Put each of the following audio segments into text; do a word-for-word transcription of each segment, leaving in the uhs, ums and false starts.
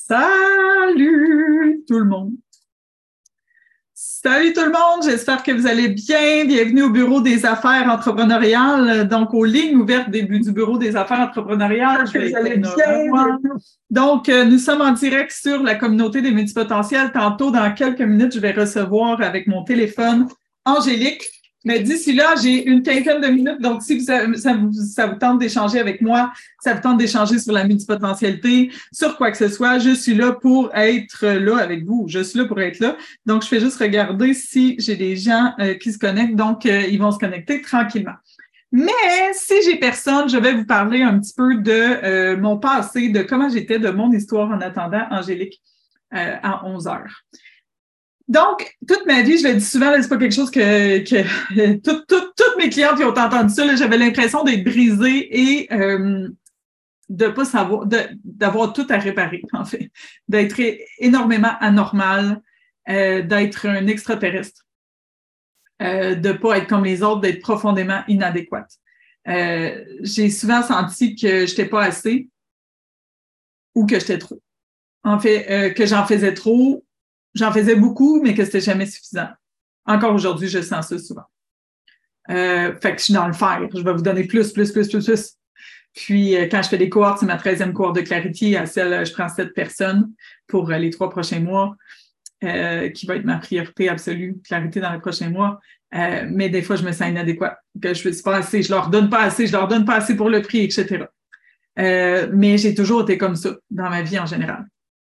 Salut tout le monde! Salut tout le monde, j'espère que vous allez bien. Bienvenue au Bureau des affaires entrepreneuriales, donc aux lignes ouvertes des, du Bureau des affaires entrepreneuriales. Je vais vous allez bien. Donc, euh, nous sommes en direct sur la communauté des multipotentiels. Tantôt, dans quelques minutes, je vais recevoir avec mon téléphone Angélique. Mais d'ici là, j'ai une quinzaine de minutes. Donc, si vous, ça, vous, ça vous tente d'échanger avec moi, ça vous tente d'échanger sur la multipotentialité, sur quoi que ce soit, je suis là pour être là avec vous. Je suis là pour être là. Donc, je fais juste regarder si j'ai des gens euh, qui se connectent. Donc, euh, ils vont se connecter tranquillement. Mais si j'ai personne, je vais vous parler un petit peu de euh, mon passé, de comment j'étais, de mon histoire en attendant Angélique euh, à onze heures. Donc, toute ma vie, je le dis souvent, c'est pas quelque chose que, que tout, tout, toutes mes clientes qui ont entendu ça, là, j'avais l'impression d'être brisée et euh, de pas savoir, de, d'avoir tout à réparer, en fait, d'être énormément anormale, euh, d'être un extraterrestre, euh, de pas être comme les autres, d'être profondément inadéquate. Euh, j'ai souvent senti que j'étais pas assez ou que j'étais trop. En fait, euh, que j'en faisais trop. J'en faisais beaucoup, mais que c'était jamais suffisant. Encore aujourd'hui, je sens ça souvent. Euh, fait que je suis dans le faire. Je vais vous donner plus, plus, plus, plus, plus. Puis, euh, quand je fais des cohortes, c'est ma treizième cohorte de Clarity. À celle, je prends sept personnes pour euh, les trois prochains mois, euh, qui va être ma priorité absolue, Clarity dans les prochains mois. Euh, mais des fois, je me sens inadéquate, que je ne fais pas assez, je leur donne pas assez, je leur donne pas assez pour le prix, et cetera. Euh, mais j'ai toujours été comme ça dans ma vie en général.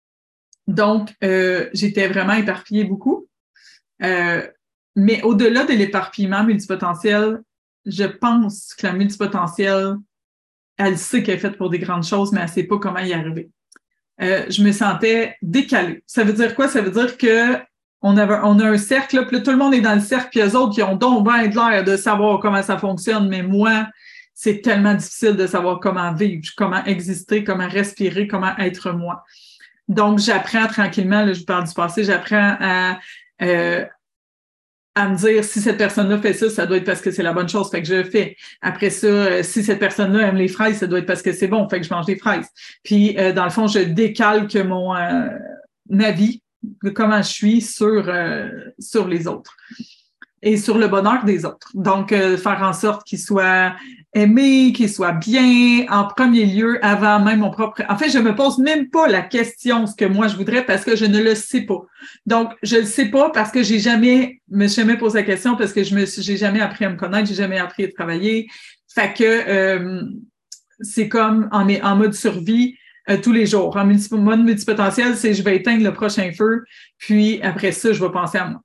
Donc, euh, j'étais vraiment éparpillée beaucoup. Euh, mais au-delà de l'éparpillement multipotentiel, je pense que la multipotentielle, elle sait qu'elle est faite pour des grandes choses, mais elle ne sait pas comment y arriver. Euh, je me sentais décalée. Ça veut dire quoi? Ça veut dire que on, avait, on a un cercle, là, puis là, tout le monde est dans le cercle, puis eux autres qui ont donc bien de l'air de savoir comment ça fonctionne, mais moi, c'est tellement difficile de savoir comment vivre, comment exister, comment respirer, comment être moi. Donc, j'apprends tranquillement, là, je vous parle du passé, j'apprends à, euh, à me dire si cette personne-là fait ça, ça doit être parce que c'est la bonne chose, fait que je le fais. Après ça, si cette personne-là aime les fraises, ça doit être parce que c'est bon, fait que je mange des fraises. Puis, euh, dans le fond, je décalque mon euh, ma vie, de comment je suis sur, euh, sur les autres et sur le bonheur des autres. Donc, euh, faire en sorte qu'ils soient aimés, qu'ils soient bien, en premier lieu, avant même mon propre... En fait, je me pose même pas la question ce que moi je voudrais parce que je ne le sais pas. Donc, je le sais pas parce que j'ai jamais, me suis jamais posé la question parce que je me suis, j'ai jamais appris à me connaître, j'ai jamais appris à travailler. Fait que euh, c'est comme en, en mode survie euh, tous les jours. En multi, mode multipotentiel, c'est je vais éteindre le prochain feu, puis après ça, je vais penser à moi.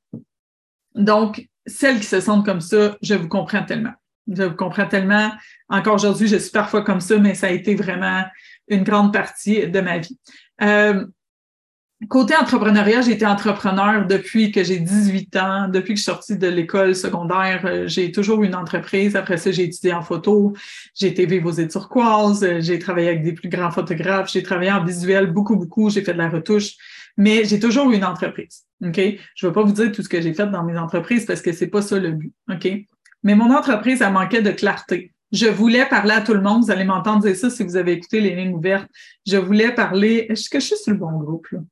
Donc, celles qui se sentent comme ça, je vous comprends tellement. Je vous comprends tellement. Encore aujourd'hui, je suis parfois comme ça, mais ça a été vraiment une grande partie de ma vie. Euh, côté entrepreneuriat, j'ai été entrepreneur depuis que j'ai dix-huit ans. Depuis que je suis sortie de l'école secondaire, j'ai toujours eu une entreprise. Après ça, j'ai étudié en photo. J'ai été vivre aux îles Turquoises. J'ai travaillé avec des plus grands photographes. J'ai travaillé en visuel beaucoup, beaucoup. J'ai fait de la retouche. Mais j'ai toujours eu une entreprise, OK? Je ne vais pas vous dire tout ce que j'ai fait dans mes entreprises parce que c'est pas ça le but, OK? Mais mon entreprise, elle manquait de clarté. Je voulais parler à tout le monde. Vous allez m'entendre dire ça si vous avez écouté les lignes ouvertes. Je voulais parler... Est-ce que je suis sur le bon groupe, là?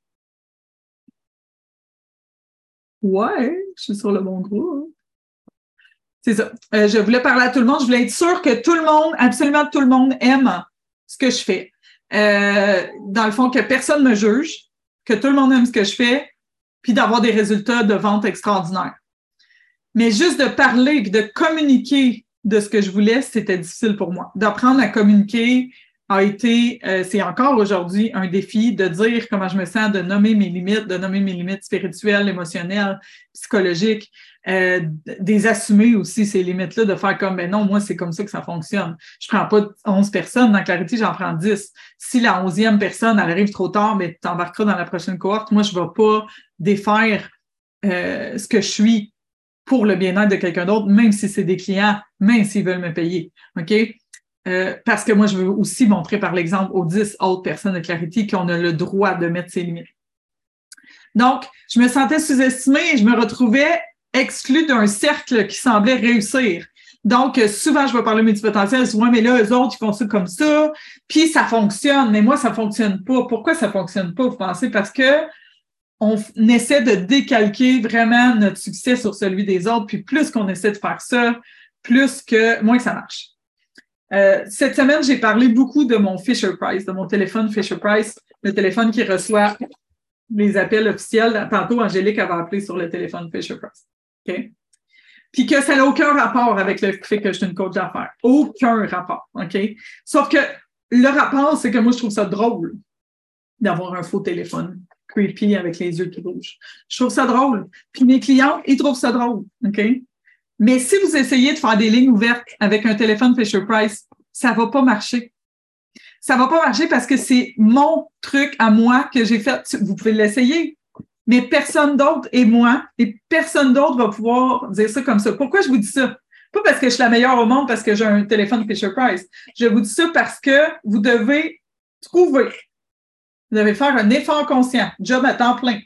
Ouais, je suis sur le bon groupe. C'est ça. Euh, je voulais parler à tout le monde. Je voulais être sûre que tout le monde, absolument tout le monde, aime ce que je fais. Euh, dans le fond, que personne ne me juge, que tout le monde aime ce que je fais, puis d'avoir des résultats de vente extraordinaires. Mais juste de parler et de communiquer de ce que je voulais, c'était difficile pour moi. D'apprendre à communiquer a été, euh, c'est encore aujourd'hui un défi de dire comment je me sens, de nommer mes limites, de nommer mes limites spirituelles, émotionnelles, psychologiques, euh, des assumer aussi ces limites-là, de faire comme, ben non, moi, c'est comme ça que ça fonctionne. Je prends pas onze personnes dans Clarity, j'en prends dix. Si la onzième personne, elle arrive trop tard, ben, tu t'embarqueras dans la prochaine cohorte. Moi, je ne vais pas défaire euh, ce que je suis pour le bien-être de quelqu'un d'autre, même si c'est des clients, même s'ils veulent me payer. OK? Euh, parce que moi, je veux aussi montrer par l'exemple aux dix autres personnes de Clarity qu'on a le droit de mettre ses limites. Donc, je me sentais sous-estimée et je me retrouvais exclue d'un cercle qui semblait réussir. Donc, souvent, je vais parler multipotentiel, je dis, ouais, mais là, eux autres, ils font ça comme ça, puis ça fonctionne, mais moi, ça fonctionne pas. Pourquoi ça fonctionne pas, vous pensez? Parce que on essaie de décalquer vraiment notre succès sur celui des autres, puis plus qu'on essaie de faire ça, plus que, moins que ça marche. Euh, cette semaine, j'ai parlé beaucoup de mon Fisher-Price, de mon téléphone Fisher-Price, le téléphone qui reçoit les appels officiels. Tantôt, Angélique avait appelé sur le téléphone Fisher-Price. OK? Puis que ça n'a aucun rapport avec le fait que je suis une coach d'affaires. Aucun rapport. OK? Sauf que le rapport, c'est que moi, je trouve ça drôle d'avoir un faux téléphone creepy avec les yeux qui bougent. Je trouve ça drôle. Puis mes clients, ils trouvent ça drôle. OK? Mais si vous essayez de faire des lignes ouvertes avec un téléphone Fisher-Price, ça va pas marcher. Ça va pas marcher parce que c'est mon truc à moi que j'ai fait. Vous pouvez l'essayer, mais personne d'autre et moi, et personne d'autre va pouvoir dire ça comme ça. Pourquoi je vous dis ça? Pas parce que je suis la meilleure au monde, parce que j'ai un téléphone Fisher-Price. Je vous dis ça parce que vous devez trouver, vous devez faire un effort conscient, job à temps plein,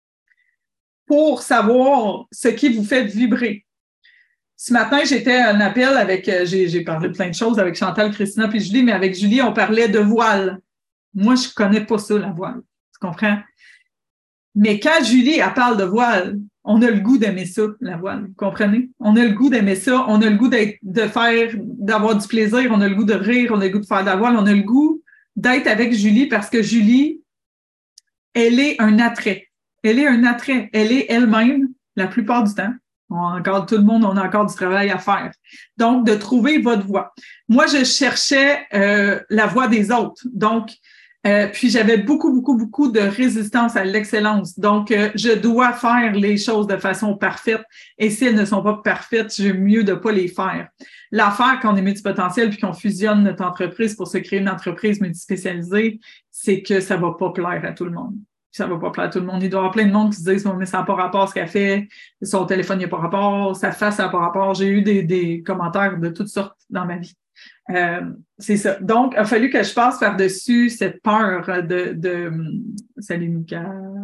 pour savoir ce qui vous fait vibrer. Ce matin, j'étais à un appel avec, j'ai, j'ai parlé de plein de choses avec Chantal, Christina puis Julie, mais avec Julie, on parlait de voile. Moi, je connais pas ça, la voile. Tu comprends? Mais quand Julie, elle parle de voile, on a le goût d'aimer ça, la voile. Vous comprenez? On a le goût d'aimer ça, on a le goût d'être, de faire, d'avoir du plaisir, on a le goût de rire, on a le goût de faire de la voile, on a le goût d'être avec Julie parce que Julie, elle est un attrait. Elle est un attrait. Elle est elle-même la plupart du temps. On a encore, tout le monde, on a encore du travail à faire. Donc, de trouver votre voix. Moi, je cherchais euh, la voix des autres. Donc, euh, puis j'avais beaucoup, beaucoup, beaucoup de résistance à l'excellence. Donc, euh, je dois faire les choses de façon parfaite. Et si elles ne sont pas parfaites, j'ai mieux de pas les faire. L'affaire quand on est multipotentiel puis qu'on fusionne notre entreprise pour se créer une entreprise multispécialisée, c'est que ça va pas plaire à tout le monde. Ça va pas plaire à tout le monde. Il doit y avoir plein de monde qui se disent « mais ça n'a pas rapport à ce qu'elle fait, son téléphone n'a pas rapport, sa face n'a pas rapport ». J'ai eu des, des commentaires de toutes sortes dans ma vie. Euh, c'est ça. Donc, il a fallu que je passe par-dessus cette peur de... de salut, Mika.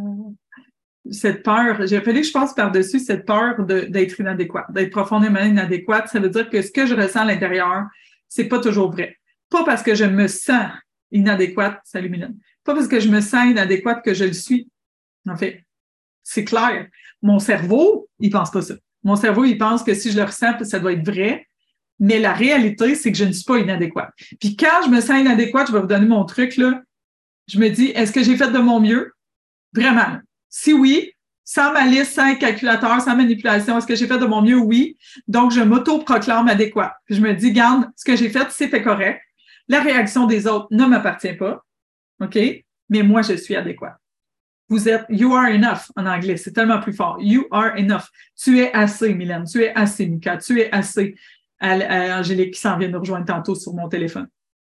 Cette peur, j'ai fallu que je passe par-dessus cette peur de, d'être inadéquate, d'être profondément inadéquate. Ça veut dire que ce que je ressens à l'intérieur, c'est pas toujours vrai. Pas parce que je me sens inadéquate, salut Mylène, pas parce que je me sens inadéquate que je le suis. En fait, c'est clair. Mon cerveau, il pense pas ça. Mon cerveau, il pense que si je le ressens, ça doit être vrai. Mais la réalité, c'est que je ne suis pas inadéquate. Puis quand je me sens inadéquate, je vais vous donner mon truc, là. Je me dis, est-ce que j'ai fait de mon mieux? Vraiment. Si oui, sans malice, sans calculateur, sans manipulation, est-ce que j'ai fait de mon mieux? Oui. Donc, je m'auto-proclame adéquate. Puis je me dis, garde, ce que j'ai fait, c'était correct. La réaction des autres ne m'appartient pas. OK? Mais moi, je suis adéquate. Vous êtes, you are enough en anglais. C'est tellement plus fort. You are enough. Tu es assez, Mylène. Tu es assez, Mika. Tu es assez. À, à Angélique qui s'en vient nous rejoindre tantôt sur mon téléphone.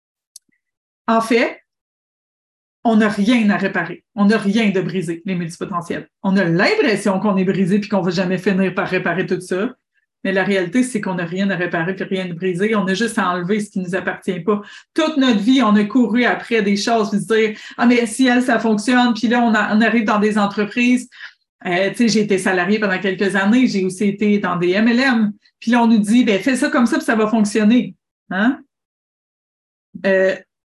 En fait, on n'a rien à réparer. On n'a rien de brisé, les multipotentiels. On a l'impression qu'on est brisé puis qu'on ne va jamais finir par réparer tout ça. Mais la réalité, c'est qu'on n'a rien à réparer puis rien à briser. On a juste à enlever ce qui ne nous appartient pas. Toute notre vie, on a couru après des choses puis se dire « Ah, mais si elle, ça fonctionne. » Puis là, on, a, on arrive dans des entreprises. Euh, tu sais, j'ai été salariée pendant quelques années. J'ai aussi été dans des M L M. Puis là, on nous dit, ben fais ça comme ça, puis ça va fonctionner. Hein? Euh...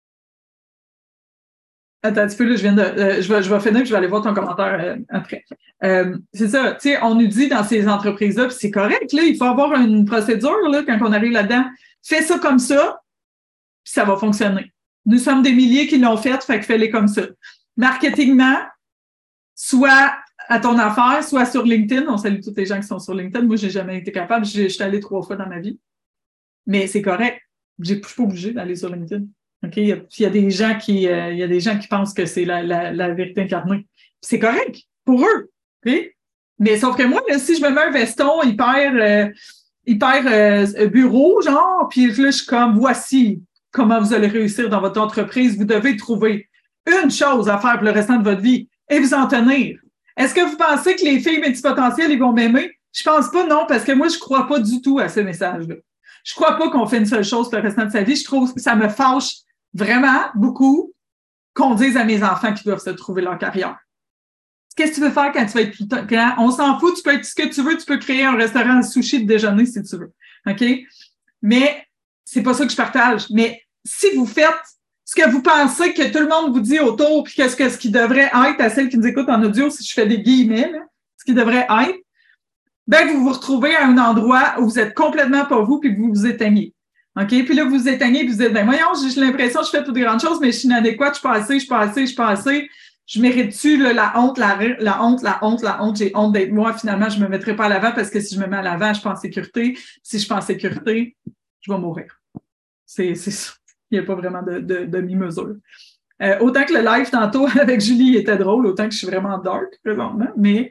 Attends un petit peu, là, je viens de. Euh, je, vais, je vais finir, puis je vais aller voir ton commentaire euh, après. Euh, c'est ça, tu sais, on nous dit dans ces entreprises-là, puis c'est correct, là, il faut avoir une procédure là, quand on arrive là-dedans. Fais ça comme ça, puis ça va fonctionner. Nous sommes des milliers qui l'ont fait, fait que fais-les comme ça. Marketingement, soit à ton affaire, soit sur LinkedIn. On salue tous les gens qui sont sur LinkedIn. Moi, j'ai jamais été capable. Je suis allée trois fois dans ma vie. Mais c'est correct. Je ne suis pas obligée d'aller sur LinkedIn. Okay? Il, y a, il y a des gens qui, euh, il y a des gens qui pensent que c'est la, la, la vérité incarnée. C'est correct pour eux. Okay? Mais sauf que moi, là, si je me mets un veston hyper, euh, hyper euh, bureau, genre, puis là, je suis comme, voici comment vous allez réussir dans votre entreprise. Vous devez trouver une chose à faire pour le restant de votre vie et vous en tenir. Est-ce que vous pensez que les filles multipotentielles, ils vont m'aimer? Je pense pas, non, parce que moi, je crois pas du tout à ce message-là. Je crois pas qu'on fait une seule chose pour le restant de sa vie. Je trouve que ça me fâche vraiment beaucoup qu'on dise à mes enfants qu'ils doivent se trouver leur carrière. Qu'est-ce que tu veux faire quand tu vas être plus tard? On s'en fout, tu peux être ce que tu veux, tu peux créer un restaurant de sushi de déjeuner si tu veux. OK? mais c'est pas ça que je partage. Mais si vous faites ce que vous pensez que tout le monde vous dit autour, puis qu'est-ce que ce qui devrait être à celles qui nous écoutent en audio, si je fais des guillemets, là, ce qui devrait être, ben vous vous retrouvez à un endroit où vous êtes complètement pas vous, puis vous vous éteignez. OK? Puis là, vous vous éteignez, puis vous dites, ben voyons, j'ai l'impression que je fais toutes des grandes choses, mais je suis inadéquate, je suis pas assez, je suis pas assez, je suis pas assez. Je mérite-tu là, la honte, la, la honte, la honte, la honte, j'ai honte d'être moi, finalement, je me mettrai pas à l'avant parce que si je me mets à l'avant, je suis pas en sécurité. Si je suis pas en sécurité, je vais mourir. C'est, c'est ça. Il n'y a pas vraiment de, de, de mi-mesure. Euh, autant que le live tantôt avec Julie était drôle, autant que je suis vraiment dark présentement, mais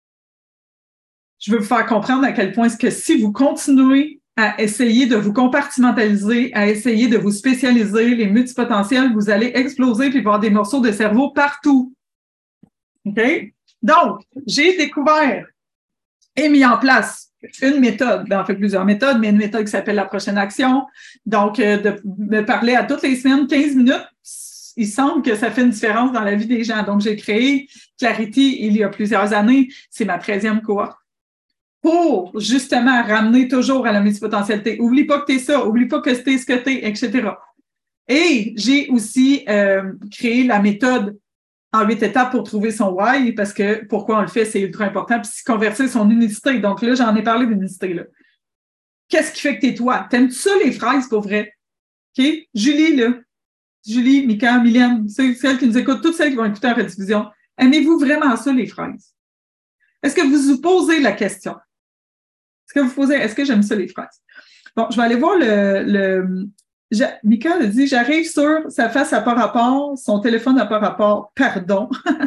je veux vous faire comprendre à quel point est-ce que si vous continuez à essayer de vous compartimentaliser, à essayer de vous spécialiser, les multipotentiels, vous allez exploser puis avoir des morceaux de cerveau partout. OK? Donc, j'ai découvert et mis en place une méthode, ben, en fait plusieurs méthodes, mais une méthode qui s'appelle la prochaine action. Donc, euh, de me parler à toutes les semaines, quinze minutes, il semble que ça fait une différence dans la vie des gens. Donc, j'ai créé Clarity il y a plusieurs années. C'est ma treizième cohorte. Pour justement ramener toujours à la multipotentialité. Oublie pas que tu es ça, oublie pas que t'es ce que tu es, et cetera. Et j'ai aussi euh, créé la méthode en huit étapes pour trouver son why, parce que pourquoi on le fait, c'est ultra important, puis c'est convertir son unicité. Donc là, j'en ai parlé d'unicité. Là. Qu'est-ce qui fait que t'es toi? T'aimes-tu ça, les fraises, pour vrai? OK? Julie, là. Julie, Mika, Mylène, celles qui nous écoutent, toutes celles qui vont écouter en rediffusion. Aimez-vous vraiment ça, les fraises? Est-ce que vous vous posez la question? Est-ce que vous posez, est-ce que j'aime ça, les fraises? Bon, je vais aller voir le... le je, Mika a dit, j'arrive sur sa face n'a pas rapport, son téléphone n'a pas rapport, pardon.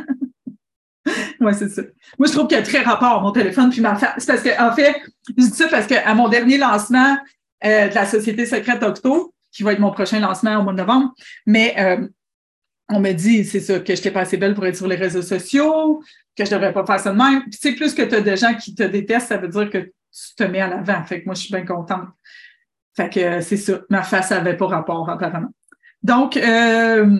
Oui, c'est ça. Moi, je trouve qu'il y a très rapport, mon téléphone puis ma face. C'est parce que, en fait, je dis ça parce qu'à mon dernier lancement euh, de la Société secrète Octo, qui va être mon prochain lancement au mois de novembre, mais euh, on me dit, c'est ça, que je n'étais pas assez belle pour être sur les réseaux sociaux, que je ne devrais pas faire ça de même. Puis, tu sais, plus que tu as des gens qui te détestent, ça veut dire que tu te mets à l'avant. Fait que moi, je suis bien contente. Fait que euh, c'est ça. Ma face n'avait pas rapport, apparemment. Donc, euh,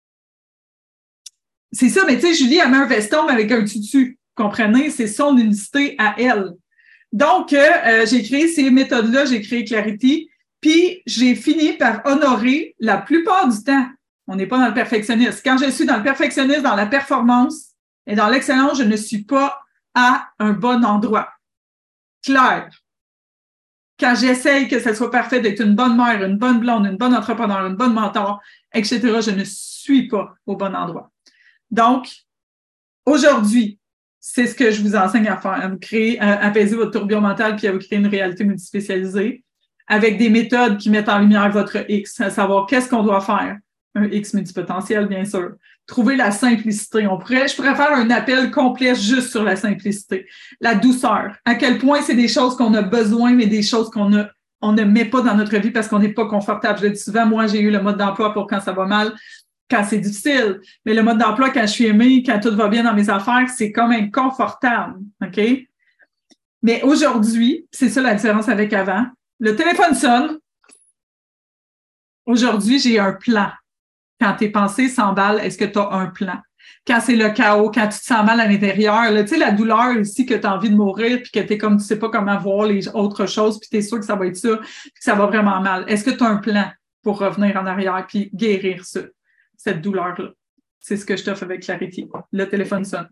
c'est ça. Mais tu sais, Julie, elle met un veston avec un tutu. Vous comprenez? C'est son unicité à elle. Donc, euh, j'ai créé ces méthodes-là. J'ai créé Clarity. Puis, j'ai fini par honorer la plupart du temps. On n'est pas dans le perfectionnisme. Quand je suis dans le perfectionnisme, dans la performance et dans l'excellence, je ne suis pas à un bon endroit. Claire. Quand j'essaye que ça soit parfait d'être une bonne mère, une bonne blonde, une bonne entrepreneur, une bonne mentor, et cetera, je ne suis pas au bon endroit. Donc, aujourd'hui, c'est ce que je vous enseigne à faire, à vous créer, à apaiser votre tourbillon mental puis à vous créer une réalité multispécialisée avec des méthodes qui mettent en lumière votre X, à savoir qu'est-ce qu'on doit faire. Un X multipotentiel, bien sûr. Trouver la simplicité. On pourrait, je pourrais faire un appel complet juste sur la simplicité. La douceur. À quel point c'est des choses qu'on a besoin, mais des choses qu'on a, on ne met pas dans notre vie parce qu'on n'est pas confortable. Je le dis souvent, moi, j'ai eu le mode d'emploi pour quand ça va mal, quand c'est difficile. Mais le mode d'emploi, quand je suis aimée, quand tout va bien dans mes affaires, c'est comme inconfortable. OK? Mais aujourd'hui, c'est ça la différence avec avant. Le téléphone sonne. Aujourd'hui, j'ai un plan. Quand tes pensées s'emballent, est-ce que tu as un plan? Quand c'est le chaos, quand tu te sens mal à l'intérieur, tu sais, la douleur aussi, que tu as envie de mourir, puis que tu es comme, tu sais pas comment voir les autres choses, puis tu es sûr que ça va être ça, puis que ça va vraiment mal. Est-ce que tu as un plan pour revenir en arrière puis guérir ça, cette douleur-là? C'est ce que je t'offre avec Clarity. Le téléphone sonne.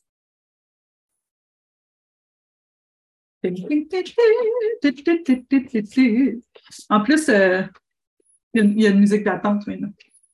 En plus, euh, il y a une musique d'attente maintenant.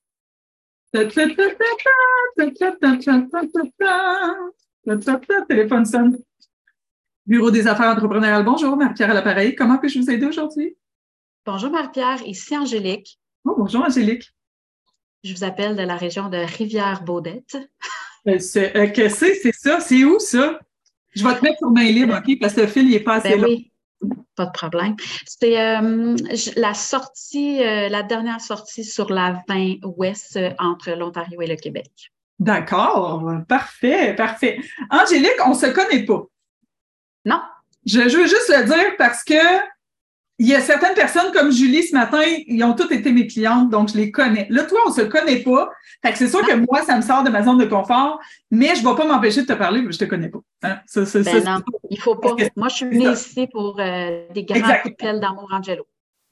Téléphone sonne. Bureau des affaires entrepreneuriales. Bonjour, Marie-Pierre à l'appareil. Comment puis-je vous aider aujourd'hui? Bonjour Marie-Pierre, ici Angélique. Oh, bonjour Angélique. Je vous appelle de la région de Rivière-Baudette. Euh, c'est, euh, qu'est-ce que c'est, c'est ça? C'est où ça? Je vais te mettre sur main libre, OK? Parce que le fil, il n'est pas assez ben long. Oui. Pas de problème. C'est euh, la sortie, euh, la dernière sortie sur la vingt ouest euh, entre l'Ontario et le Québec. D'accord. Parfait, parfait. Angélique, on ne se connaît pas. Non. Je, je veux juste le dire parce que il y a certaines personnes comme Julie ce matin, ils ont toutes été mes clientes, donc je les connais. Là, toi, on ne se connaît pas. Fait que c'est sûr que moi, ça me sort de ma zone de confort, mais je ne vais pas m'empêcher de te parler, je ne te connais pas. Hein? Ça, ça, ben ça, non, il ne faut pas. Moi, je suis venue ici pour euh, des grands coups de pelle d'amour Angelo.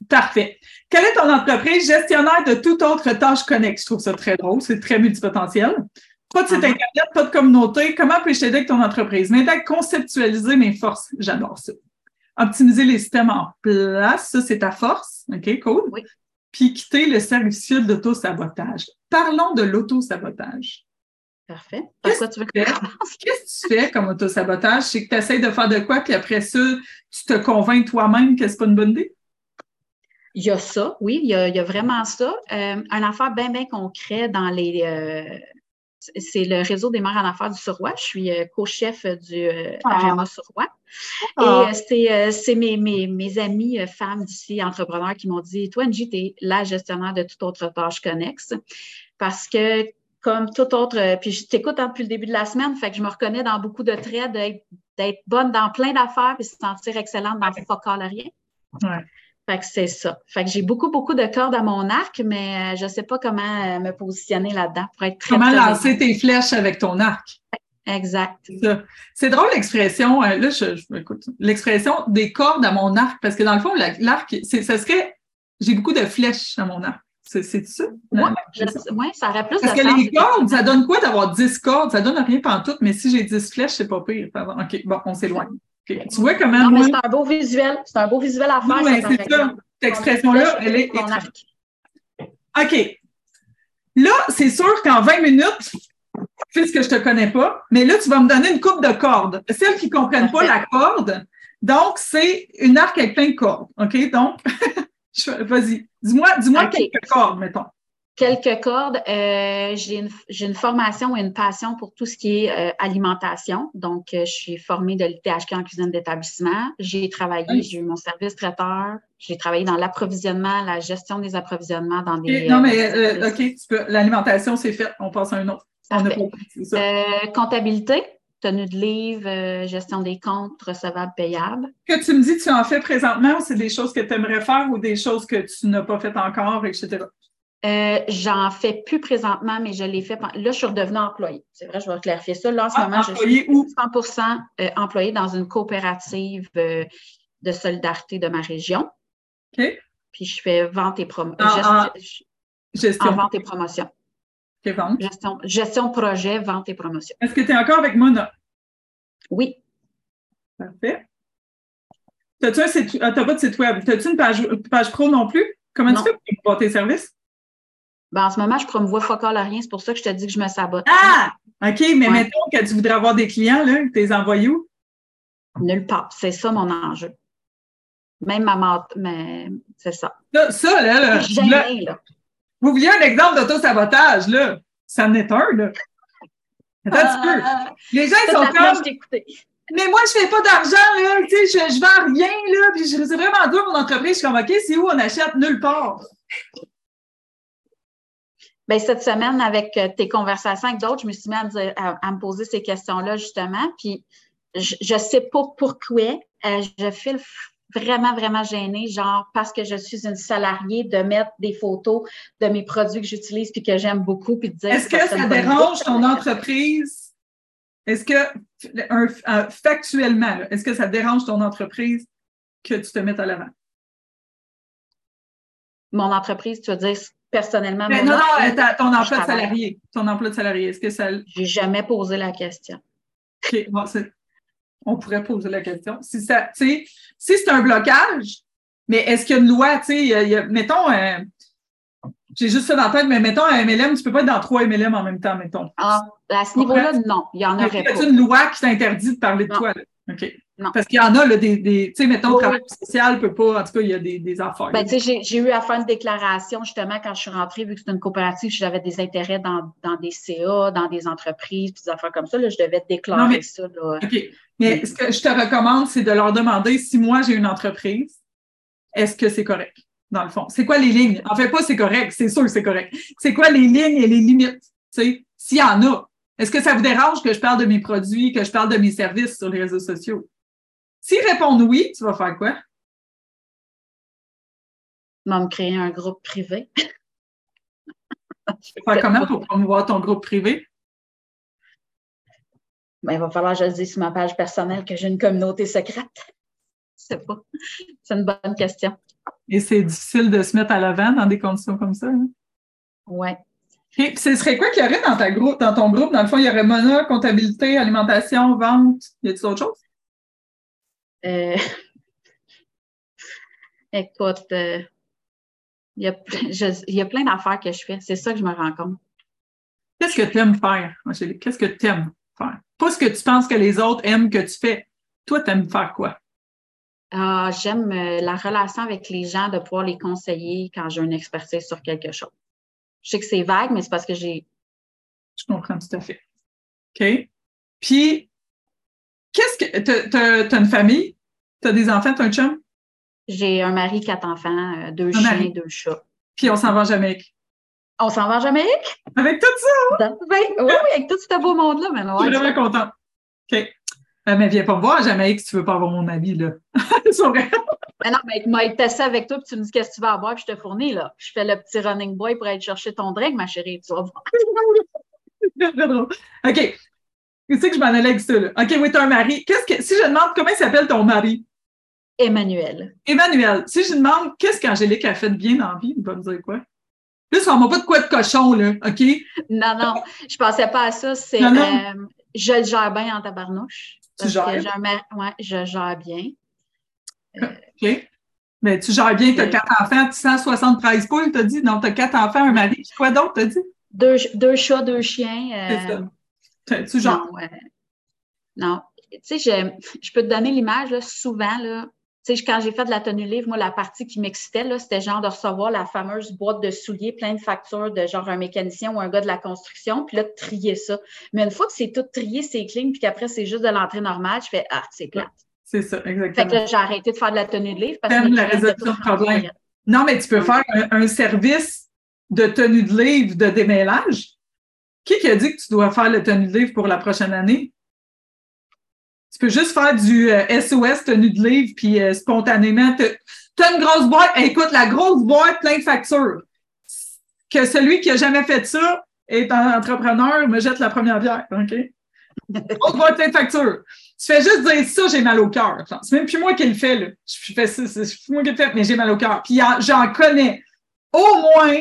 Parfait. Quelle est ton entreprise gestionnaire de toute autre tâche connexe? Je trouve ça très drôle, c'est très multipotentiel. Pas de site Internet, pas de communauté. Comment puis-je t'aider avec ton entreprise? M'aider à conceptualiser mes forces. J'adore ça. Optimiser les systèmes en place, ça, c'est ta force. OK, cool. Oui. Puis quitter le servicieux d'auto-sabotage. Parlons de l'auto-sabotage. Parfait. Par quoi tu veux que je commence? Qu'est-ce que tu fais comme auto-sabotage? C'est que tu essaies de faire de quoi, puis après ça, tu te convaincs toi-même que c'est pas une bonne idée? Il y a ça, oui, il y a, il y a vraiment ça. Euh, un affaire bien, bien concret dans les... Euh, c'est le réseau des mères en affaires du Surroi. Je suis euh, co-chef du euh, Ah. R M A Surroi. Ah. Et euh, c'est, euh, c'est mes, mes, mes amies euh, femmes d'ici, entrepreneurs, qui m'ont dit « Toi, Angie, tu es la gestionnaire de toute autre tâche connexe. » Parce que, comme toute autre... euh, puis je t'écoute hein, depuis le début de la semaine, fait que je me reconnais dans beaucoup de traits d'être, d'être bonne dans plein d'affaires puis se sentir excellente dans fuck all rien. Ouais. Fait que c'est ça. Fait que j'ai beaucoup, beaucoup de cordes à mon arc, mais euh, je ne sais pas comment euh, me positionner là-dedans pour être très, Comment très lancer bien. tes flèches avec ton arc? Exact. C'est ça. C'est drôle l'expression, euh, là, je, je écoute, l'expression des cordes à mon arc, parce que dans le fond, la- l'arc, c'est, ça serait, j'ai beaucoup de flèches à mon arc. C'est, c'est ça? Oui, ouais, ça aurait plus Parce de que sens. les cordes, ça donne quoi d'avoir dix cordes? Ça donne rien pantoute, mais si j'ai dix flèches, c'est pas pire. Pardon. OK, bon, on s'éloigne. Okay. Tu vois comment Non, moi... mais c'est un beau visuel. C'est un beau visuel à faire. Non, mais ça, c'est ça. Cette expression-là, elle est... Ton arc. OK. Là, c'est sûr qu'en vingt minutes, puisque je te connais pas, mais là, tu vas me donner une coupe de cordes. Celles qui comprennent pas la corde, donc, c'est une arc avec plein de cordes. OK? Donc, vas-y. Dis-moi, dis-moi Okay. quelques cordes, mettons. Quelques cordes. Euh, j'ai, une, j'ai une formation et une passion pour tout ce qui est euh, alimentation. Donc, euh, je suis formée de l'I T H Q en cuisine d'établissement. J'ai travaillé, oui. J'ai eu mon service traiteur. J'ai travaillé dans l'approvisionnement, la gestion des approvisionnements dans des... Okay. Non, mais euh, euh, OK, tu peux, l'alimentation, c'est fait. On passe à un autre. On a pas, c'est ça. Euh, comptabilité, tenue de livre, euh, gestion des comptes, recevables, payables. Que tu me dis, tu en fais présentement ou c'est des choses que tu aimerais faire ou des choses que tu n'as pas faites encore, et cetera? Euh, j'en fais plus présentement, mais je l'ai fait. Là, je suis redevenue employée. C'est vrai, je vais clarifier ça. Là, en ce ah, moment, je suis où? cent pour cent euh, employée dans une coopérative euh, de solidarité de ma région. OK. Puis, je fais vente et promotion. En, Gesti- en, gestion. En vente et promotion. OK, vente. Gestion, gestion de projet, vente et promotion. Est-ce que tu es encore avec Mona? Oui. Parfait. T'as-tu un site, ah, t'as pas de site web? T'as-tu une page, page pro non plus? Comment non. tu fais pour promouvoir tes services? Ben, en ce moment, je promouvois fuck all à rien. C'est pour ça que je te dis que je me sabote. Ah! OK, mais ouais. mettons que tu voudrais avoir des clients, là, tu les envoies où? Nulle part. C'est ça mon enjeu. Même ma mort, mais c'est ça. Ça, ça là, là, gêné, là, là. Vous vouliez un exemple d'auto-sabotage, là. Ça en est un, là. Attends un petit peu. Les gens, ils sont comme... Mais moi, je fais pas d'argent, là. Tu sais, je, je vends rien, là. Puis je, c'est vraiment dur, mon entreprise. Je suis comme, OK, c'est où on achète? Nulle part. Bien, cette semaine, avec tes conversations avec d'autres, je me suis mis à me, dire, à, à me poser ces questions-là, justement. Puis, je ne sais pas pourquoi. Euh, je file vraiment, vraiment gênée, genre parce que je suis une salariée, de mettre des photos de mes produits que j'utilise puis que j'aime beaucoup, puis de dire... Est-ce que ça, ça dérange ton entreprise? Est-ce que, un, un, factuellement, là, est-ce que ça dérange ton entreprise que tu te mettes à l'avant? Mon entreprise, tu veux dire personnellement? Mais non, non, ta, ton emploi de salarié. Ton emploi de salarié, est-ce que ça... J'ai jamais posé la question. OK, bon, c'est... On pourrait poser la question. Si, ça, si c'est un blocage, mais est-ce qu'il y a une loi, tu sais, mettons, euh, j'ai juste ça dans la tête, mais mettons un M L M, tu peux pas être dans trois M L M en même temps, mettons. Ah, à ce niveau-là, non, il y en aurait pas. Y a une loi qui t'interdit de parler de non. toi? Là? OK. Non. Parce qu'il y en a, là, des, des tu sais, mettons, oui, travail oui. social peut pas, en tout cas, il y a des, des affaires. Ben, tu sais, j'ai, j'ai eu à faire une déclaration, justement, quand je suis rentrée, vu que c'est une coopérative, j'avais des intérêts dans, dans des C A, dans des entreprises, puis des affaires comme ça, là, je devais déclarer non, mais, ça, là. OK. Mais oui. Ce que je te recommande, c'est de leur demander si moi, j'ai une entreprise, est-ce que c'est correct, dans le fond? C'est quoi les lignes? En fait, pas c'est correct, c'est sûr que c'est correct. C'est quoi les lignes et les limites? Tu sais, s'il y en a. Est-ce que ça vous dérange que je parle de mes produits, que je parle de mes services sur les réseaux sociaux? S'ils répondent oui, tu vas faire quoi? On va me créer un groupe privé. Tu vas faire comment pour promouvoir ton groupe privé? Ben, il va falloir que je le dise sur ma page personnelle que j'ai une communauté secrète. Je sais pas. C'est une bonne question. Et c'est difficile de se mettre à l'avant dans des conditions comme ça. Hein? Oui. Et ce serait quoi qu'il y aurait dans, ta grou- dans ton groupe? Dans le fond, il y aurait Mona, comptabilité, alimentation, vente. Y a-t-il d'autres choses? Euh... Écoute, euh... il, y a... Je... il y a plein d'affaires que je fais. C'est ça que je me rends compte. Qu'est-ce que tu aimes faire, Angélique? Qu'est-ce que tu aimes faire? Pas ce que tu penses que les autres aiment que tu fais. Toi, tu aimes faire quoi? Ah, j'aime euh, la relation avec les gens, de pouvoir les conseiller quand j'ai une expertise sur quelque chose. Je sais que c'est vague, mais c'est parce que j'ai... Je comprends tout à fait. OK. Puis, qu'est-ce que... T'as, t'as une famille? T'as des enfants? T'as un chum? J'ai un mari, quatre enfants, euh, deux Un chiens, mari. deux chats. Puis, on s'en va en Jamaïque. On s'en va en Jamaïque? Avec tout ça? Oui, oui, avec tout ce beau monde-là. Mais Je suis vraiment contente. OK. Euh, mais viens pas me voir à Jamaïque si tu veux pas avoir mon avis, là. C'est vrai. Mais non, mais moi, être testé avec toi, puis tu me dis qu'est-ce que tu vas avoir, puis je te fournis, là. Je fais le petit running boy pour aller chercher ton drink, ma chérie, tu vas voir. C'est très drôle. OK. Tu sais que je m'en allais avec ça, là. OK, oui, t'as un mari. Qu'est-ce que... Si je demande comment il s'appelle ton mari? Emmanuel. Emmanuel. Si je demande qu'est-ce qu'Angélique a fait de bien dans la vie, il va me dire quoi? Plus, on m'a pas de quoi de cochon, là, OK? Non, non, je pensais pas à ça. C'est, non, non. Euh, je le gère bien en tabarnouche. Tu gères? Que j'ai un mar... ouais, je gère bien. Euh, OK. Mais tu gères bien, tu as euh, quatre enfants, cent soixante-treize poules, t'as dit? Non, tu as quatre enfants, un mari. Quoi d'autre, t'as dit? Deux, deux chats, deux chiens. C'est Euh, ça. Tu gères? Non, euh, non. Tu sais, je, je peux te donner l'image, là, souvent, là. Tu sais, quand j'ai fait de la tenue livre, moi, la partie qui m'excitait, là, c'était genre de recevoir la fameuse boîte de souliers plein de factures de genre un mécanicien ou un gars de la construction, puis là, de trier ça. Mais une fois que c'est tout trié, c'est clean, puis qu'après, c'est juste de l'entrée normale, je fais « Ah, c'est plate. » C'est ça, exactement. Fait que là, j'ai arrêté de faire de la tenue de livre parce que la résolution de problème. Non, mais tu peux ouais. faire un, un service de tenue de livre de démêlage. Qui qui a dit que tu dois faire le tenue de livre pour la prochaine année? Tu peux juste faire du euh, S O S tenue de livre, puis euh, spontanément, tu as une grosse boîte. Hey, écoute, la grosse boîte plein de factures. Que celui qui a jamais fait ça est un entrepreneur, me jette la première pierre, OK? Grosse boîte plein de factures. Tu fais juste dire ça, j'ai mal au cœur. C'est même plus moi qui le fais, là. Je fais ça, c'est moi qui le fais, mais j'ai mal au cœur. Puis j'en connais au moins,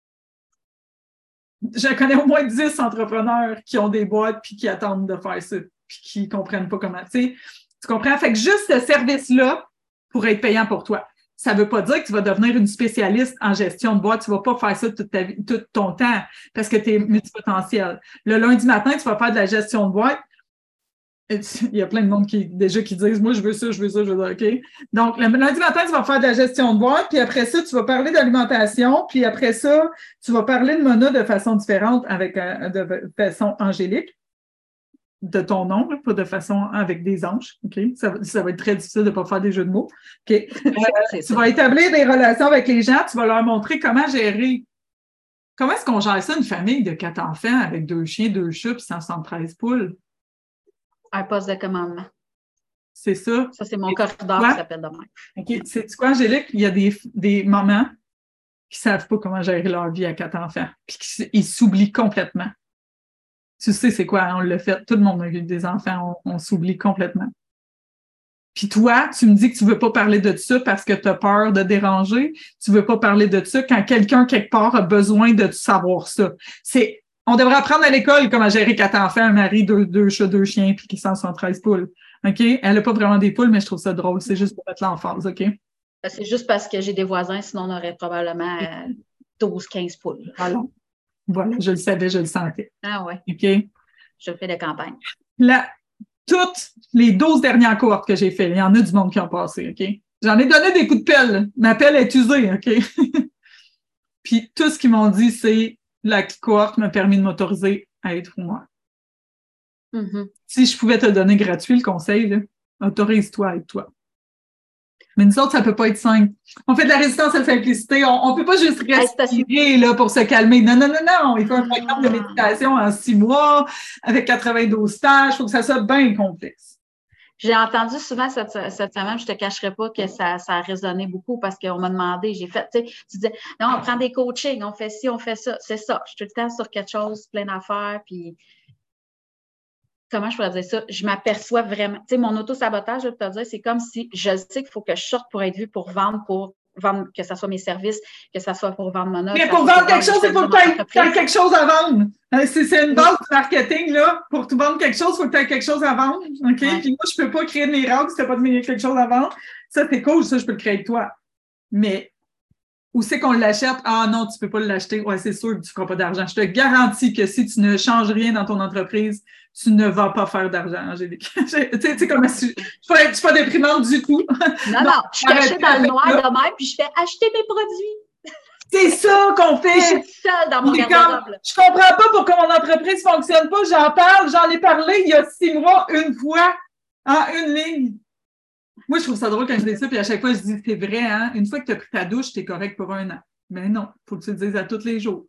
je connais au moins dix entrepreneurs qui ont des boîtes puis qui attendent de faire ça. Puis qui ne comprennent pas comment. Tu sais, tu comprends? Fait que juste ce service-là pourrait être payant pour toi. Ça ne veut pas dire que tu vas devenir une spécialiste en gestion de boîte. Tu ne vas pas faire ça toute ta vie, tout ton temps parce que tu es multipotentiel. Le lundi matin, tu vas faire de la gestion de boîte. Il y a plein de monde qui déjà qui disent « Moi, je veux ça, je veux ça, je veux ça. » OK? Donc, le lundi matin, tu vas faire de la gestion de boîte, puis après ça, tu vas parler d'alimentation, puis après ça, tu vas parler de Mona de façon différente, avec euh, de façon angélique, de ton nom, pas de façon avec des anges. OK? Ça, ça va être très difficile de ne pas faire des jeux de mots. OK? Euh, tu vas établir des relations avec les gens, tu vas leur montrer comment gérer. Comment est-ce qu'on gère ça, une famille de quatre enfants avec deux chiens, deux chats, puis cent soixante-treize poules? Un poste de commandement. C'est ça. Ça, c'est mon corridor qui s'appelle de même. OK. C'est quoi, Angélique? Il y a des, des mamans qui ne savent pas comment gérer leur vie à quatre enfants, puis ils s'oublient complètement. Tu sais, c'est quoi? On l'a fait. Tout le monde a eu des enfants, on, on s'oublie complètement. Puis toi, tu me dis que tu ne veux pas parler de ça parce que tu as peur de déranger. Tu ne veux pas parler de ça quand quelqu'un, quelque part, a besoin de savoir ça. C'est On devrait apprendre à l'école comment gérer quatre enfants, un mari, deux, deux chats, deux chiens, puis qui cent soixante-treize poules. OK? Elle n'a pas vraiment des poules, mais je trouve ça drôle. C'est juste pour mettre l'emphase, OK? C'est juste parce que j'ai des voisins, sinon on aurait probablement douze, quinze poules. Voilà. Voilà, je le savais, je le sentais. Ah ouais. OK? Je fais des campagnes. La, toutes les douze dernières cohortes que j'ai faites, il y en a du monde qui ont passé, OK? J'en ai donné des coups de pelle. Ma pelle est usée, OK? Puis tout ce qu'ils m'ont dit, c'est la cohorte m'a permis de m'autoriser à être moi. Mm-hmm. Si je pouvais te donner gratuit le conseil, là, autorise-toi à être toi. Mais nous autres, ça ne peut pas être simple. On fait de la résistance à la simplicité. On ne peut pas juste respirer là, pour se calmer. Non, non, non, non. Il faut un programme de méditation en six mois avec quatre-vingt-douze stages. Il faut que ça soit bien complexe. J'ai entendu souvent cette, cette semaine, je ne te cacherai pas que ça, ça a résonné beaucoup parce qu'on m'a demandé, j'ai fait, tu sais, tu disais, non, on prend des coachings, on fait ci, on fait ça. C'est ça. Je suis tout le temps sur quelque chose, plein d'affaires, puis comment je pourrais dire ça? Je m'aperçois vraiment. Tu sais, mon auto-sabotage, je vais te dire, c'est comme si je sais qu'il faut que je sorte pour être vue, pour vendre, pour vendre, que ce soit mes services, que ce soit pour vendre mon offre. Mais pour vendre quelque chose, il faut que tu aies quelque chose à vendre. C'est, c'est une base du marketing, là. Pour te vendre quelque chose, il faut que tu aies quelque chose à vendre. OK? Ouais. Puis moi, je ne peux pas créer de miracle si tu n'as pas de quelque chose à vendre. Ça, c'est cool, ça, je peux le créer avec toi. Mais où c'est qu'on l'achète? Ah non, tu ne peux pas l'acheter. Ouais, c'est sûr que tu ne feras pas d'argent. Je te garantis que si tu ne changes rien dans ton entreprise, tu ne vas pas faire d'argent, Angélique. tu sais, comme je ne suis pas déprimante du tout. Non, non, je suis cachée dans le noir de même, puis je fais acheter mes produits. C'est ça qu'on fait. Je suis seule dans mon garde-robe. Je comprends pas pourquoi mon entreprise ne fonctionne pas. J'en parle, j'en ai parlé il y a six mois, une fois, en une ligne. Moi, je trouve ça drôle quand je dis ça, puis à chaque fois, je dis, c'est vrai, hein? Une fois que tu as pris ta douche, tu es correct pour un an. Mais non, il faut que tu le dises à tous les jours.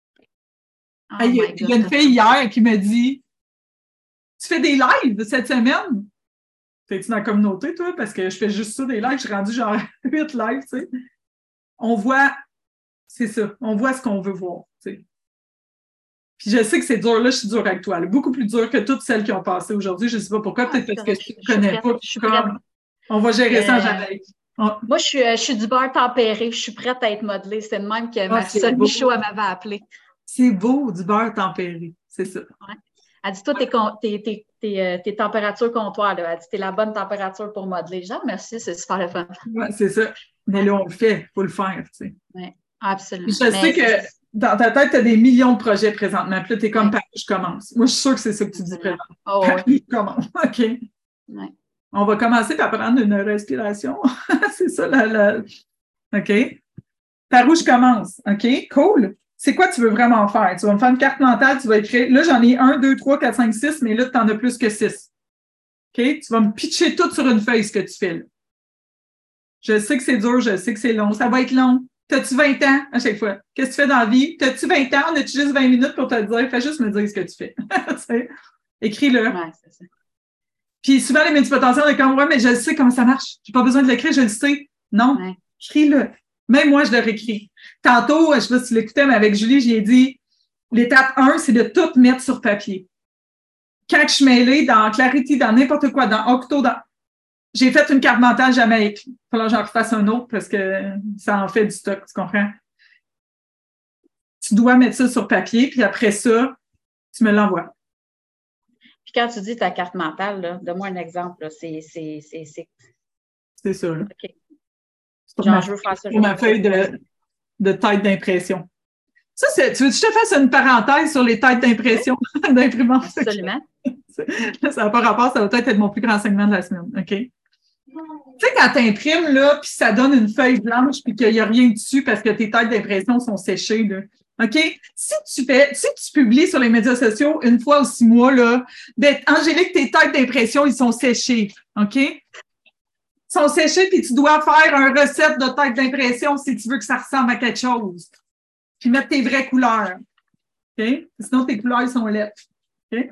Oh il y a, y a une fille hier qui me dit, tu fais des lives cette semaine? T'es-tu dans la communauté, toi? Parce que je fais juste ça, des lives. Je suis rendue genre huit lives, tu sais. On voit, c'est ça, on voit ce qu'on veut voir, tu sais. Puis je sais que c'est dur, là, je suis dure avec toi. Là, beaucoup plus dur que toutes celles qui ont passé aujourd'hui. Je ne sais pas pourquoi, peut-être parce que tu ne connais pas. Je suis comme, on va gérer ça en Jamaïque. Oh. Moi, je suis, je suis du beurre tempéré. Je suis prête à être modelée. C'est de même que oh, ma seule Michaud, elle m'avait appelée. C'est beau, du beurre tempéré. C'est ça. Ouais. Elle dit, toi, tes, tes, tes, tes, tes températures comptoirs, là. Elle dit, t'es la bonne température pour modeler. Genre, merci, c'est super le fun. Oui, c'est ça. Mais là, on le fait. Il faut le faire, tu sais. Oui, absolument. Je sais que dans ta tête, tu as des millions de projets présentement. Puis là, tu es comme, oui. Par où je commence. Moi, je suis sûre que c'est ça que tu dis présentement. Oh, par où je commence. OK. Oui. On va commencer par prendre une respiration. C'est ça, la, la... OK. Par où je commence? OK, cool. C'est quoi tu veux vraiment faire? Tu vas me faire une carte mentale, tu vas écrire. Là, j'en ai un, deux, trois, quatre, cinq, six, mais là, tu en as plus que six. OK? Tu vas me pitcher tout sur une feuille ce que tu fais là. Je sais que c'est dur, je sais que c'est long. Ça va être long. T'as-tu vingt ans à chaque fois? Qu'est-ce que tu fais dans la vie? T'as-tu vingt ans? On a-tu juste vingt minutes pour te le dire? Fais juste me dire ce que tu fais. Écris-le. Ouais, c'est ça. Puis souvent, les multipotentiels, on est comme, ouais, mais je sais comment ça marche. J'ai pas besoin de l'écrire, je le sais. Non, ouais. Écris-le. Même moi, je le réécris. Tantôt, je sais pas si tu l'écoutais, mais avec Julie, j'ai dit, l'étape un, c'est de tout mettre sur papier. Quand je suis mêlée dans Clarity, dans n'importe quoi, dans Octo, dans... j'ai fait une carte mentale Jamaïque. Il va falloir que j'en refasse un autre parce que ça en fait du stock, tu comprends? Tu dois mettre ça sur papier, puis après ça, tu me l'envoies. Puis quand tu dis ta carte mentale, là, donne-moi un exemple. Là, c'est, c'est, c'est, c'est... c'est ça. Là. OK. Sur Genre, ma, je veux faire ça. Sur ma feuille de, de tête d'impression. Ça, c'est, tu veux que je te fasse une parenthèse sur les têtes d'impression oui. d'imprimante? Absolument. Ça n'a pas rapport, ça va peut-être être mon plus grand enseignement de la semaine. OK? Tu sais, quand tu imprimes, là, puis ça donne une feuille blanche, puis qu'il n'y a rien dessus parce que tes têtes d'impression sont séchées, là. OK? Si tu fais, si tu publies sur les médias sociaux une fois ou six mois, là, ben, Angélique, tes têtes d'impression, ils sont séchés. OK? Ils sont séchés, puis tu dois faire un recette de tête d'impression si tu veux que ça ressemble à quelque chose. Puis mettre tes vraies couleurs. OK? Sinon, tes couleurs, ils sont lettres. OK?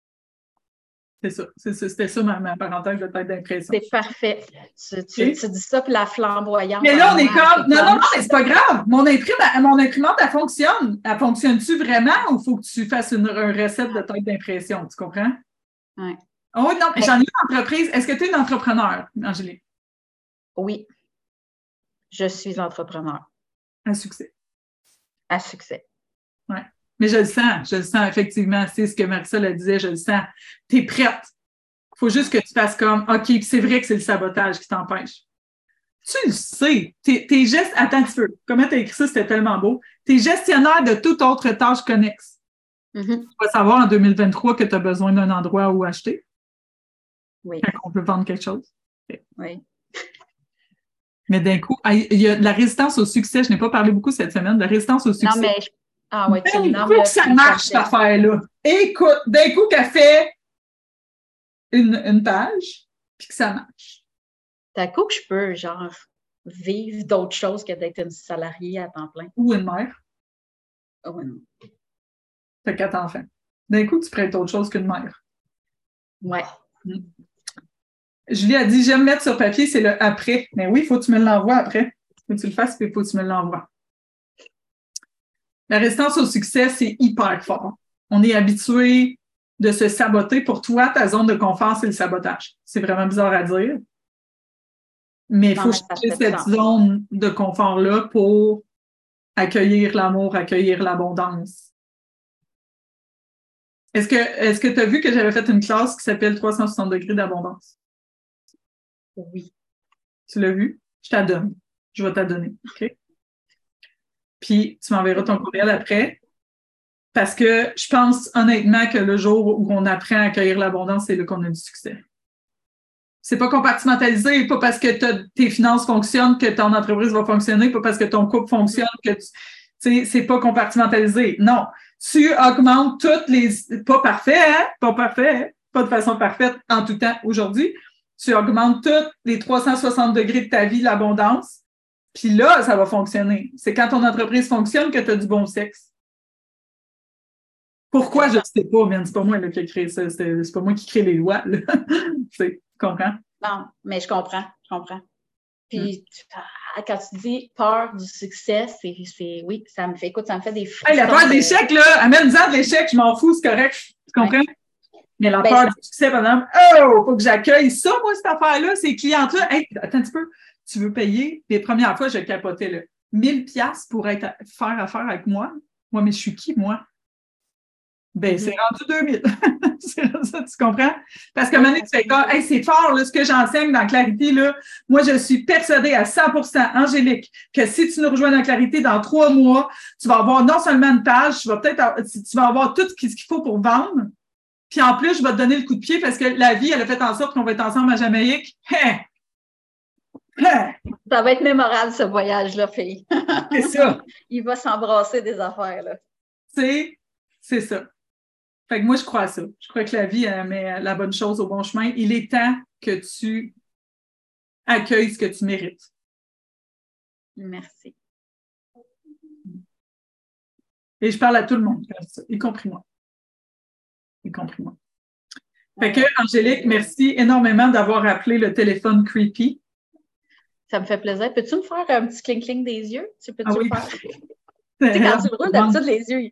C'est ça. C'est ça. C'était ça ma, ma parenthèse de tête d'impression. C'est parfait. Tu, tu, okay. tu dis ça pour la flamboyante. Mais là, on est comme. Non, non, non, mais c'est pas grave. Mon, imprime, mon imprimante, elle fonctionne. Elle fonctionne-tu vraiment ou il faut que tu fasses une, une recette de tête d'impression? Tu comprends? Oui. Oh non, mais j'en ai une entreprise. Est-ce que tu es une entrepreneur, Angélique? Oui. Je suis entrepreneur. À succès. À succès. Oui. Mais je le sens, je le sens effectivement. C'est ce que Marisol a disait, je le sens. Tu es prête. Il faut juste que tu fasses comme, OK, puis c'est vrai que c'est le sabotage qui t'empêche. Tu le sais. T'es, t'es gest... Attends un petit peu. Comment tu as écrit ça? C'était tellement beau. Tu es gestionnaire de toute autre tâche connexe. Mm-hmm. Tu vas savoir en deux mille vingt-trois que tu as besoin d'un endroit où acheter. Oui. Quand on peut vendre quelque chose. Okay. Oui. Mais d'un coup, il y a de la résistance au succès. Je n'ai pas parlé beaucoup cette semaine. De la résistance au succès. Non, mais... Ah ouais, tu d'un coup que ça marche, cette affaire-là. Écoute, d'un coup qu'elle fait une, une page, puis que ça marche. D'un coup que je peux, genre, vivre d'autres choses que d'être une salariée à temps plein. Ou une mère. Oh, non. T'as quatre enfants. D'un coup, tu prêtes autre chose qu'une mère. Ouais. Mmh. Julie a dit, j'aime mettre sur papier, c'est le après. Mais oui, il faut que tu me l'envoies après. Il faut que tu le fasses, puis il faut que tu me l'envoies. La résistance au succès, c'est hyper fort. On est habitué de se saboter. Pour toi, ta zone de confort, c'est le sabotage. C'est vraiment bizarre à dire. Mais il faut changer cette zone de confort-là pour accueillir l'amour, accueillir l'abondance. Est-ce que est-ce que tu as vu que j'avais fait une classe qui s'appelle trois cent soixante degrés d'abondance? Oui. Tu l'as vu? Je t'adonne. Je vais t'adonner. OK? Puis, tu m'enverras ton courriel après. Parce que je pense honnêtement que le jour où on apprend à accueillir l'abondance, c'est là qu'on a du succès. C'est pas compartimentalisé, pas parce que tes finances fonctionnent que ton entreprise va fonctionner, pas parce que ton couple fonctionne que tu sais, c'est pas compartimentalisé. Non. Tu augmentes toutes les, pas parfait, hein? Pas parfait, hein? Pas de façon parfaite en tout temps aujourd'hui. Tu augmentes toutes les trois cent soixante degrés de ta vie, l'abondance. Puis là, ça va fonctionner. C'est quand ton entreprise fonctionne que tu as du bon sexe. Pourquoi, je ne sais pas, mais c'est pas moi là, qui ai créé ça. C'est, c'est pas moi qui crée les lois. Là. Tu comprends? Non, mais je comprends. Je comprends. Puis, hmm. quand tu dis peur du succès, c'est, c'est oui, ça me fait, écoute, ça me fait des frissons. Hey, la peur de l'échec, là, amène-en de l'échec, je m'en fous, c'est correct. Tu comprends? Ouais. Mais la ben, peur ça... du succès, par exemple, oh, faut que j'accueille ça, moi, cette affaire-là, ces clientes-là. Hey, attends un petit peu, tu veux payer? Les premières fois, je capotais, là. mille piastres pour être, faire affaire avec moi? Moi, mais je suis qui, moi? Ben, mm-hmm. C'est rendu deux mille. C'est ça, tu comprends? Parce que maintenant, tu fais comme, hey, c'est fort, là, ce que j'enseigne dans Clarité, là. Moi, je suis persuadée à cent pour cent, Angélique, que si tu nous rejoins dans Clarité dans trois mois, tu vas avoir non seulement une page, tu vas peut-être, tu vas avoir tout ce qu'il faut pour vendre. Puis en plus, je vais te donner le coup de pied parce que la vie, elle a fait en sorte qu'on va être ensemble à Jamaïque. Hein? Hein? Ça va être mémorable, ce voyage-là, fille. C'est ça. Il va s'embrasser des affaires, là. C'est, c'est ça. Fait que moi, je crois à ça. Je crois que la vie elle met la bonne chose au bon chemin. Il est temps que tu accueilles ce que tu mérites. Merci. Et je parle à tout le monde, y compris moi. Y compris moi. Fait que, Angélique, merci énormément d'avoir appelé le téléphone creepy. Ça me fait plaisir. Peux-tu me faire un petit cling-cling des yeux? Tu peux-tu ah oui. le faire? Tu sais, quand tu le roules, d'habitude, les yeux...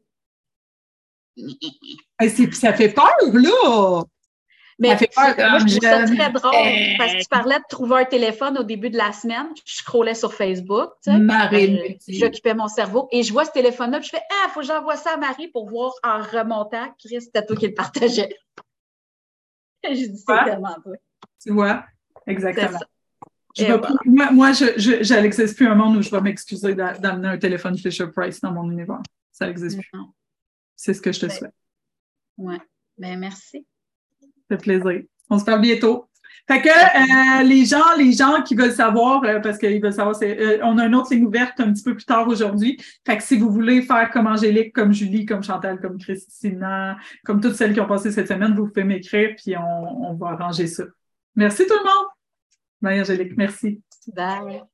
Hey, c'est, ça fait peur, là! Mais ça fait peur, moi, je trouve ça très drôle hey. Parce que tu parlais de trouver un téléphone au début de la semaine. Je scrollais sur Facebook, tu sais. Marie, je, j'occupais mon cerveau et je vois ce téléphone-là. Puis je fais, ah, il faut que j'envoie ça à Marie pour voir en remontant. Chris, c'était toi qui le partageais. J'ai dit, c'est ouais. Tellement toi. Tu vois, exactement. Je vais, voilà. Moi, moi je, je, je n'existe plus un monde où je vais m'excuser d'amener un téléphone Fisher-Price dans mon univers. Ça n'existe plus. Non. C'est ce que je te ben, souhaite. Oui. Bien, merci. Ça fait plaisir. On se parle bientôt. Fait que euh, les gens, les gens qui veulent savoir, euh, parce qu'ils veulent savoir, c'est, euh, on a une autre ligne ouverte un petit peu plus tard aujourd'hui. Fait que si vous voulez faire comme Angélique, comme Julie, comme Chantal, comme Christina, comme toutes celles qui ont passé cette semaine, vous pouvez m'écrire puis on, on va arranger ça. Merci tout le monde. Bye Angélique, merci. Bye.